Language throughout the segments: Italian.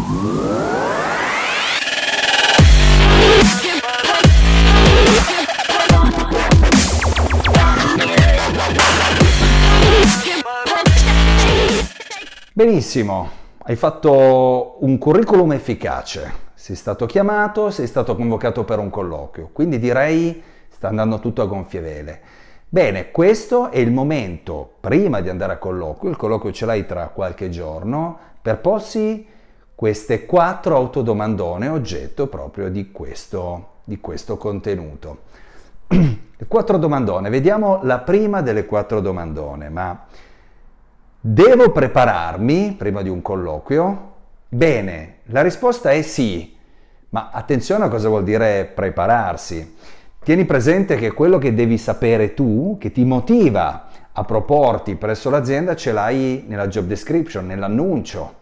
Benissimo, hai fatto un curriculum efficace, sei stato chiamato, sei stato convocato per un colloquio, quindi direi sta andando tutto a gonfie vele. Bene, questo è il momento, prima di andare a colloquio, il colloquio ce l'hai tra qualche giorno, per porsi queste 4 autodomandone oggetto proprio di questo contenuto. Le 4 domandone, vediamo la prima delle 4 domandone, ma devo prepararmi prima di un colloquio? Bene, la risposta è sì, ma attenzione a cosa vuol dire prepararsi. Tieni presente che quello che devi sapere tu, che ti motiva a proporti presso l'azienda, ce l'hai nella job description, nell'annuncio.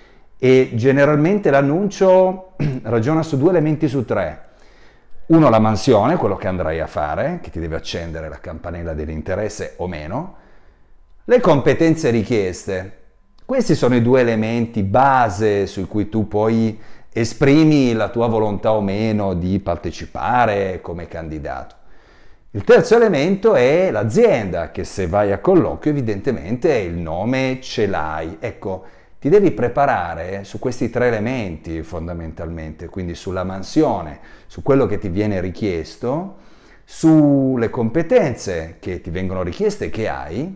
E generalmente l'annuncio ragiona su 2 elementi su 3. Uno, la mansione, quello che andrai a fare, che ti deve accendere la campanella dell'interesse o meno. Le competenze richieste. Questi sono i 2 elementi base su cui tu poi esprimi la tua volontà o meno di partecipare come candidato. Il terzo elemento è l'azienda, che se vai a colloquio evidentemente il nome ce l'hai. Ecco, ti devi preparare su questi 3 elementi fondamentalmente, quindi sulla mansione, su quello che ti viene richiesto, sulle competenze che ti vengono richieste e che hai,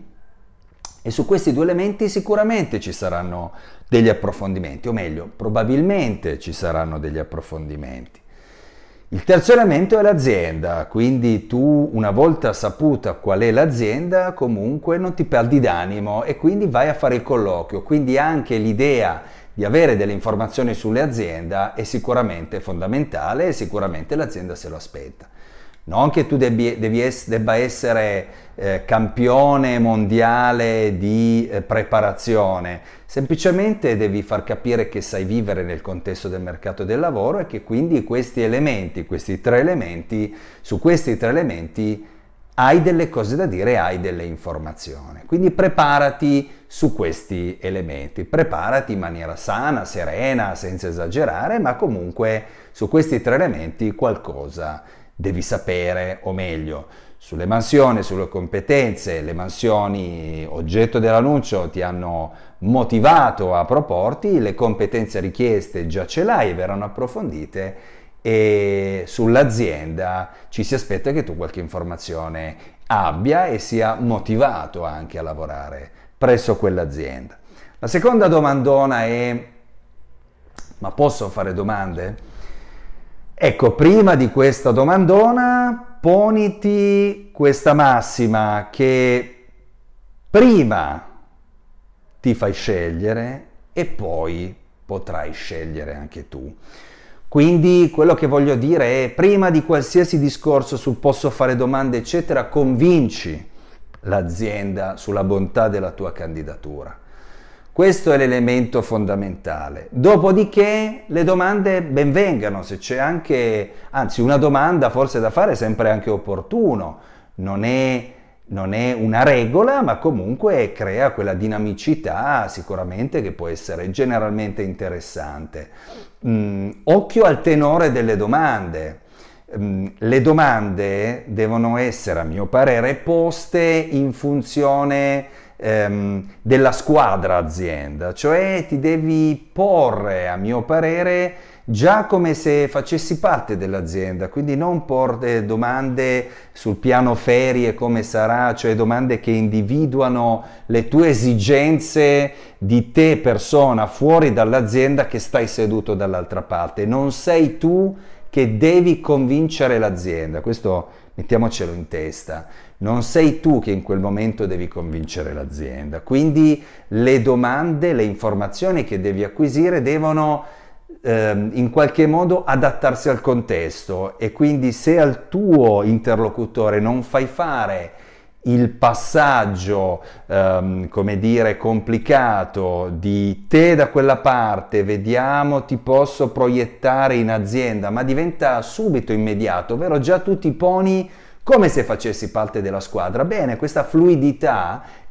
e su questi 2 elementi sicuramente ci saranno degli approfondimenti, o meglio, probabilmente ci saranno degli approfondimenti. Il terzo elemento è l'azienda, quindi tu una volta saputa qual è l'azienda comunque non ti perdi d'animo e quindi vai a fare il colloquio, quindi anche l'idea di avere delle informazioni sulle aziende è sicuramente fondamentale e sicuramente l'azienda se lo aspetta. Non che tu debba essere campione mondiale di preparazione, semplicemente devi far capire che sai vivere nel contesto del mercato del lavoro e che quindi questi 3 elementi, su questi 3 elementi hai delle cose da dire, hai delle informazioni. Quindi preparati su questi elementi, preparati in maniera sana, serena, senza esagerare, ma comunque su questi 3 elementi qualcosa devi sapere, o meglio, sulle mansioni, sulle competenze. Le mansioni oggetto dell'annuncio ti hanno motivato a proporti, le competenze richieste già ce l'hai e verranno approfondite, e sull'azienda ci si aspetta che tu qualche informazione abbia e sia motivato anche a lavorare presso quell'azienda. La seconda domandona è: ma posso fare domande? Ecco, prima di questa domandona poniti questa massima che prima ti fai scegliere e poi potrai scegliere anche tu. Quindi quello che voglio dire è: prima di qualsiasi discorso sul posso fare domande eccetera, convinci l'azienda sulla bontà della tua candidatura. Questo è l'elemento fondamentale. Dopodiché le domande ben vengano, se c'è anche, anzi una domanda forse da fare è sempre anche opportuno, non è una regola, ma comunque crea quella dinamicità sicuramente che può essere generalmente interessante. Occhio al tenore delle domande. Le domande devono essere, a mio parere, poste in funzione della squadra azienda, cioè ti devi porre, a mio parere, già come se facessi parte dell'azienda, quindi non porre domande sul piano ferie come sarà, cioè domande che individuano le tue esigenze di te persona fuori dall'azienda che stai seduto dall'altra parte. Non sei tu che devi convincere l'azienda, questo mettiamocelo in testa. Non sei tu che in quel momento devi convincere l'azienda, quindi le domande, le informazioni che devi acquisire devono in qualche modo adattarsi al contesto, e quindi se al tuo interlocutore non fai fare il passaggio, come dire, complicato di te da quella parte, vediamo, ti posso proiettare in azienda, ma diventa subito immediato, ovvero già tu ti poni come se facessi parte della squadra. Bene, questa fluidità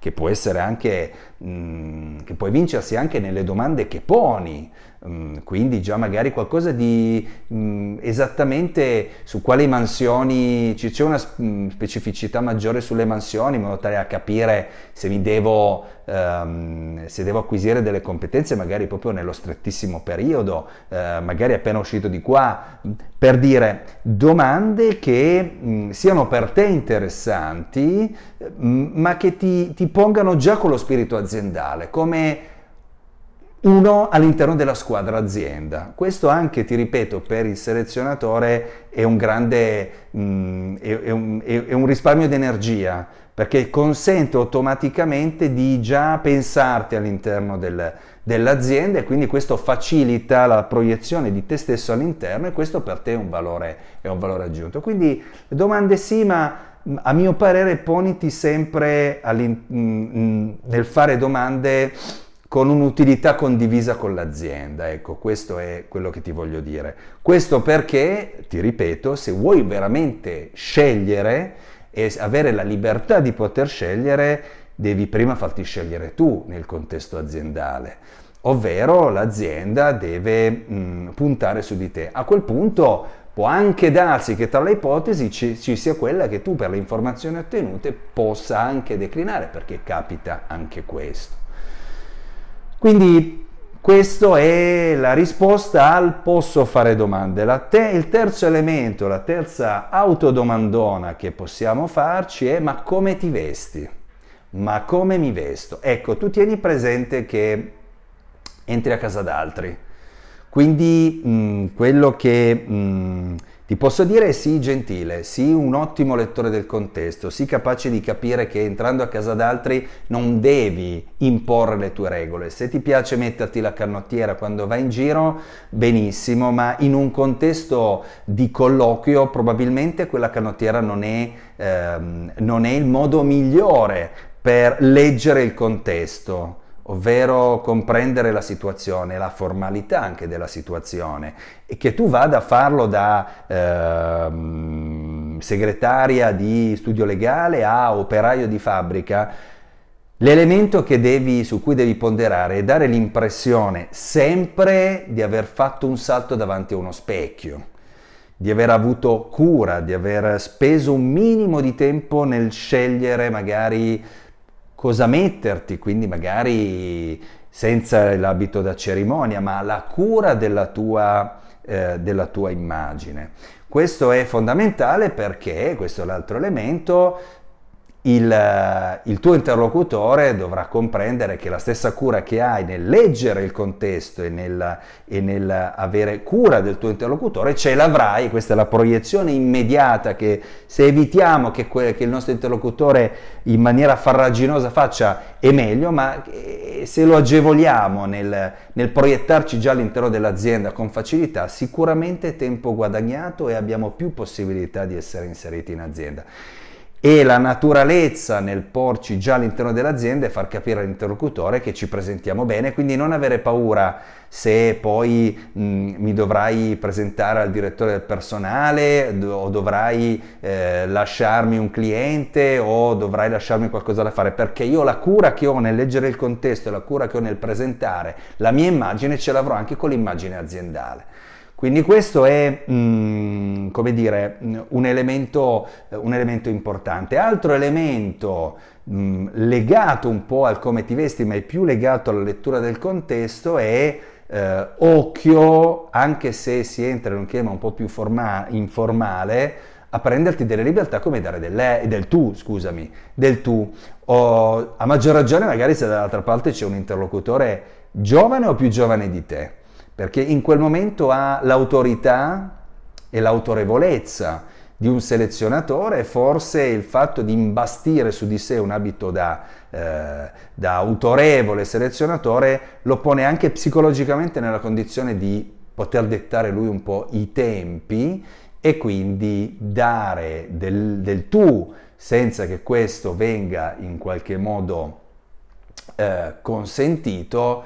che può essere anche, che puoi vincersi anche nelle domande che poni. Quindi già magari qualcosa di esattamente su quali mansioni, c'è una specificità maggiore sulle mansioni, in modo tale a capire se se devo acquisire delle competenze magari proprio nello strettissimo periodo, magari appena uscito di qua, per dire domande che siano per te interessanti, ma che ti pongano già con lo spirito aziendale, come uno all'interno della squadra azienda. Questo anche, ti ripeto, per il selezionatore è un grande, è un risparmio di energia, perché consente automaticamente di già pensarti all'interno dell'azienda, e quindi questo facilita la proiezione di te stesso all'interno, e questo per te è un valore aggiunto. Quindi domande sì, ma a mio parere poniti sempre nel fare domande con un'utilità condivisa con l'azienda. Ecco, questo è quello che ti voglio dire. Questo perché, ti ripeto, se vuoi veramente scegliere e avere la libertà di poter scegliere, devi prima farti scegliere tu nel contesto aziendale, ovvero l'azienda deve puntare su di te. A quel punto può anche darsi che tra le ipotesi ci sia quella che tu, per le informazioni ottenute, possa anche declinare, perché capita anche questo. Quindi questa è la risposta al posso fare domande. Il terzo elemento, la terza autodomandona che possiamo farci è: ma come ti vesti? Ma come mi vesto? Ecco, tu tieni presente che entri a casa d'altri, quindi quello che ti posso dire è sii gentile, sii un ottimo lettore del contesto, sii capace di capire che entrando a casa d'altri non devi imporre le tue regole. Se ti piace metterti la canottiera quando vai in giro, benissimo, ma in un contesto di colloquio probabilmente quella canottiera non è il modo migliore per leggere il contesto, ovvero comprendere la situazione, la formalità anche della situazione, e che tu vada a farlo da segretaria di studio legale a operaio di fabbrica. L'elemento su cui devi ponderare è dare l'impressione sempre di aver fatto un salto davanti a uno specchio, di aver avuto cura, di aver speso un minimo di tempo nel scegliere magari cosa metterti, quindi magari senza l'abito da cerimonia, ma la cura della tua immagine. Questo è fondamentale, perché questo è l'altro elemento: il tuo interlocutore dovrà comprendere che la stessa cura che hai nel leggere il contesto e nel avere cura del tuo interlocutore ce l'avrai. Questa è la proiezione immediata, che se evitiamo che il nostro interlocutore in maniera farraginosa faccia, è meglio, ma se lo agevoliamo nel proiettarci già all'interno dell'azienda con facilità, sicuramente tempo guadagnato, e abbiamo più possibilità di essere inseriti in azienda. E la naturalezza nel porci già all'interno dell'azienda e far capire all'interlocutore che ci presentiamo bene, quindi non avere paura se poi mi dovrai presentare al direttore del personale, o dovrai lasciarmi un cliente, o dovrai lasciarmi qualcosa da fare, perché io la cura che ho nel leggere il contesto e la cura che ho nel presentare la mia immagine ce l'avrò anche con l'immagine aziendale. Quindi questo è, come dire, un elemento importante. Altro elemento legato un po' al come ti vesti, ma è più legato alla lettura del contesto, è occhio, anche se si entra in un clima un po' più informale, a prenderti delle libertà, come dare del tu. A maggior ragione magari se dall'altra parte c'è un interlocutore giovane o più giovane di te, perché in quel momento ha l'autorità e l'autorevolezza di un selezionatore, e forse il fatto di imbastire su di sé un abito da autorevole selezionatore lo pone anche psicologicamente nella condizione di poter dettare lui un po' i tempi, e quindi dare del tu senza che questo venga in qualche modo consentito,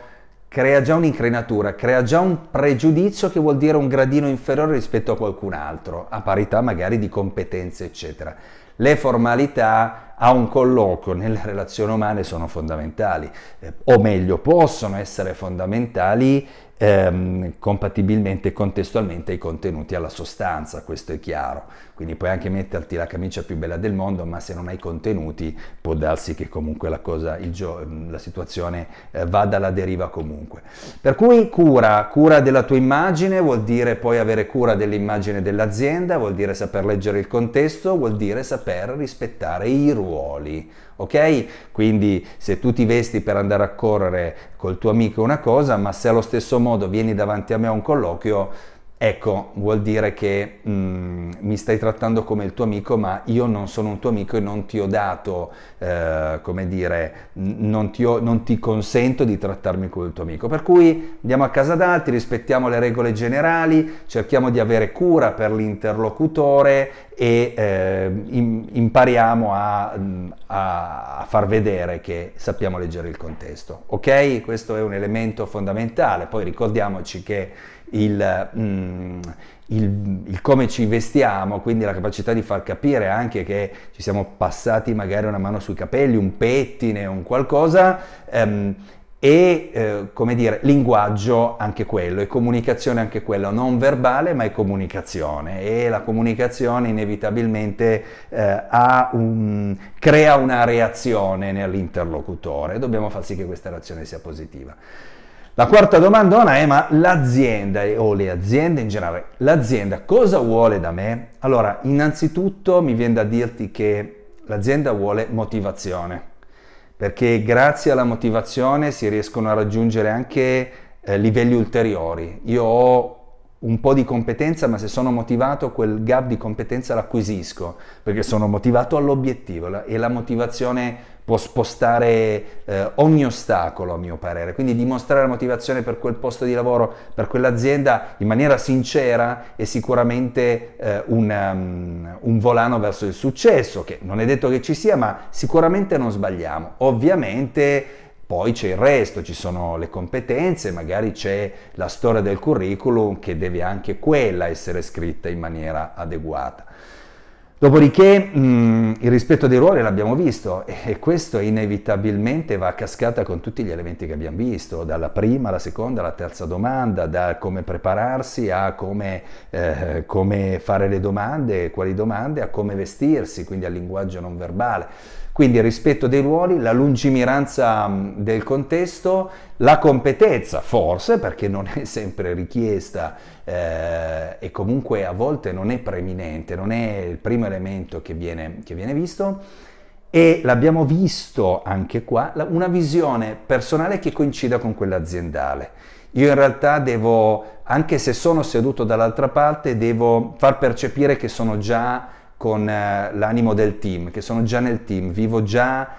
crea già un'incrinatura, crea già un pregiudizio che vuol dire un gradino inferiore rispetto a qualcun altro, a parità magari di competenze, eccetera. Le formalità a un colloquio nelle relazioni umane sono fondamentali, o meglio, possono essere fondamentali compatibilmente e contestualmente ai contenuti, alla sostanza, questo è chiaro. Quindi puoi anche metterti la camicia più bella del mondo, ma se non hai contenuti può darsi che comunque la situazione vada alla deriva comunque. Per cui cura della tua immagine vuol dire poi avere cura dell'immagine dell'azienda, vuol dire saper leggere il contesto, vuol dire saper rispettare i ruoli. Ok? Quindi se tu ti vesti per andare a correre col tuo amico è una cosa, ma se allo stesso modo vieni davanti a me a un colloquio, ecco, vuol dire che mi stai trattando come il tuo amico, ma io non sono un tuo amico e non ti ho dato, come dire, non ti consento di trattarmi come il tuo amico. Per cui andiamo a casa d'altri, rispettiamo le regole generali, cerchiamo di avere cura per l'interlocutore e impariamo a far vedere che sappiamo leggere il contesto. Ok? Questo è un elemento fondamentale. Poi ricordiamoci che il come ci vestiamo, quindi la capacità di far capire anche che ci siamo passati magari una mano sui capelli, un pettine, un qualcosa, come dire, linguaggio anche quello, e comunicazione anche quello, non verbale ma è comunicazione, e la comunicazione inevitabilmente crea una reazione nell'interlocutore, dobbiamo far sì che questa reazione sia positiva. La quarta domandona è: ma l'azienda o le aziende in generale, l'azienda cosa vuole da me? Allora, innanzitutto mi viene da dirti che l'azienda vuole motivazione, perché grazie alla motivazione si riescono a raggiungere anche livelli ulteriori. Io ho un po' di competenza, ma se sono motivato quel gap di competenza l'acquisisco, perché sono motivato all'obiettivo, e la motivazione può spostare ogni ostacolo, a mio parere. Quindi dimostrare la motivazione per quel posto di lavoro, per quell'azienda, in maniera sincera è sicuramente un volano verso il successo, che non è detto che ci sia, ma sicuramente non sbagliamo. Ovviamente poi c'è il resto, ci sono le competenze, magari c'è la storia del curriculum che deve anche quella essere scritta in maniera adeguata. Dopodiché il rispetto dei ruoli l'abbiamo visto, e questo inevitabilmente va a cascata con tutti gli elementi che abbiamo visto, dalla prima alla seconda alla terza domanda, da come prepararsi a come fare le domande, quali domande, a come vestirsi, quindi al linguaggio non verbale. Quindi il rispetto dei ruoli, la lungimiranza del contesto, la competenza forse, perché non è sempre richiesta e comunque a volte non è preeminente, non è il primo elemento che viene visto, e l'abbiamo visto anche qua, una visione personale che coincida con quella aziendale. Io in realtà devo, anche se sono seduto dall'altra parte, devo far percepire che sono già con l'animo del team, che sono già nel team, vivo già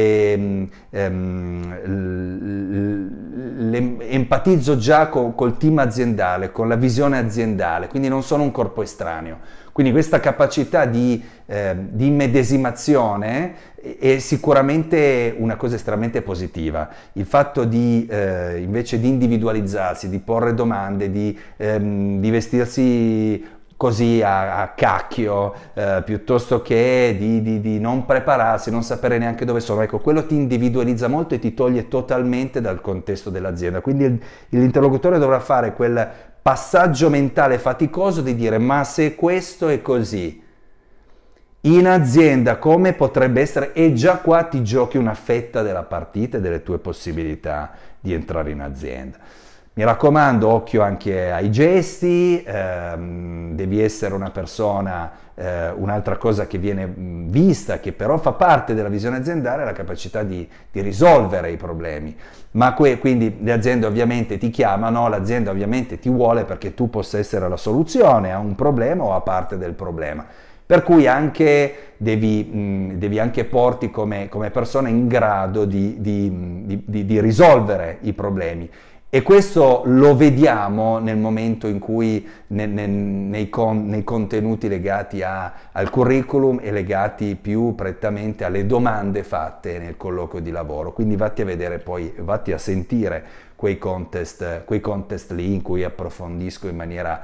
empatizzo già col team aziendale, con la visione aziendale, quindi non sono un corpo estraneo. Quindi questa capacità di immedesimazione è sicuramente una cosa estremamente positiva. Il fatto di invece di individualizzarsi, di porre domande, di vestirsi così a cacchio, piuttosto che di non prepararsi, non sapere neanche dove sono. Ecco, quello ti individualizza molto e ti toglie totalmente dal contesto dell'azienda. Quindi l'interlocutore dovrà fare quel passaggio mentale faticoso di dire: ma se questo è così, in azienda come potrebbe essere? E già qua ti giochi una fetta della partita e delle tue possibilità di entrare in azienda. Mi raccomando, occhio anche ai gesti, devi essere una persona, un'altra cosa che viene vista, che però fa parte della visione aziendale, è la capacità di risolvere i problemi. Ma quindi le aziende ovviamente ti chiamano, l'azienda ovviamente ti vuole perché tu possa essere la soluzione a un problema o a parte del problema. Per cui anche devi anche porti come persona in grado di risolvere i problemi. E questo lo vediamo nel momento in cui nei contenuti legati al curriculum e legati più prettamente alle domande fatte nel colloquio di lavoro. Quindi vatti a vedere poi, vatti a sentire quei contest lì in cui approfondisco in maniera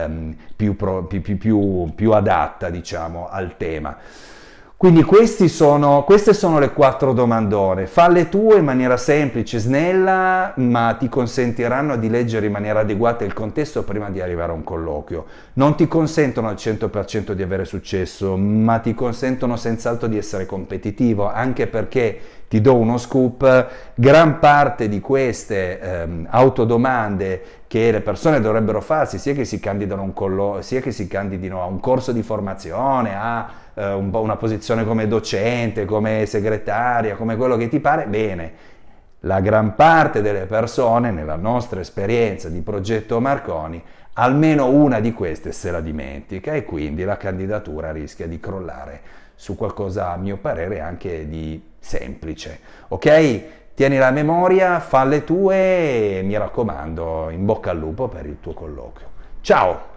più adatta, diciamo, al tema. Quindi queste sono le 4 domandone. Falle tue in maniera semplice, snella, ma ti consentiranno di leggere in maniera adeguata il contesto prima di arrivare a un colloquio. Non ti consentono al 100% di avere successo, ma ti consentono senz'altro di essere competitivo, anche perché, ti do uno scoop, gran parte di queste autodomande che le persone dovrebbero farsi, sia che si candidino a un corso di formazione, a una posizione come docente, come segretaria, come quello che ti pare, bene, la gran parte delle persone, nella nostra esperienza di progetto Marconi, almeno una di queste se la dimentica e quindi la candidatura rischia di crollare su qualcosa, a mio parere, anche di semplice. Ok? Tieni la memoria, falle tue e mi raccomando, in bocca al lupo per il tuo colloquio. Ciao!